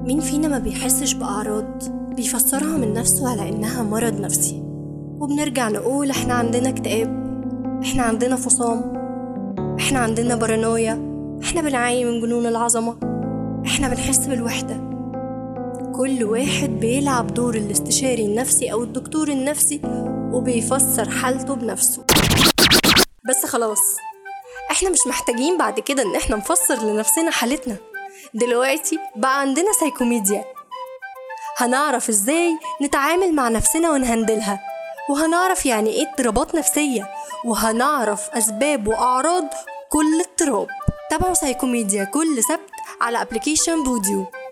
مين فينا ما بيحسش بأعراض بيفسرها من نفسه على إنها مرض نفسي، وبنرجع نقول إحنا عندنا اكتئاب، إحنا عندنا فصام، إحنا عندنا بارانويا، إحنا بنعاني من جنون العظمة، إحنا بنحس بالوحدة. كل واحد بيلعب دور الاستشاري النفسي أو الدكتور النفسي وبيفسر حالته بنفسه. بس خلاص، إحنا مش محتاجين بعد كده إن إحنا نفسر لنفسنا حالتنا. دلوقتي بقى عندنا سايكوميديا، هنعرف إزاي نتعامل مع نفسنا ونهندلها، وهنعرف يعني إيه اضطرابات نفسية، وهنعرف أسباب وأعراض كل اضطراب. تابعوا سايكوميديا كل سبت على أبليكيشن بوديو.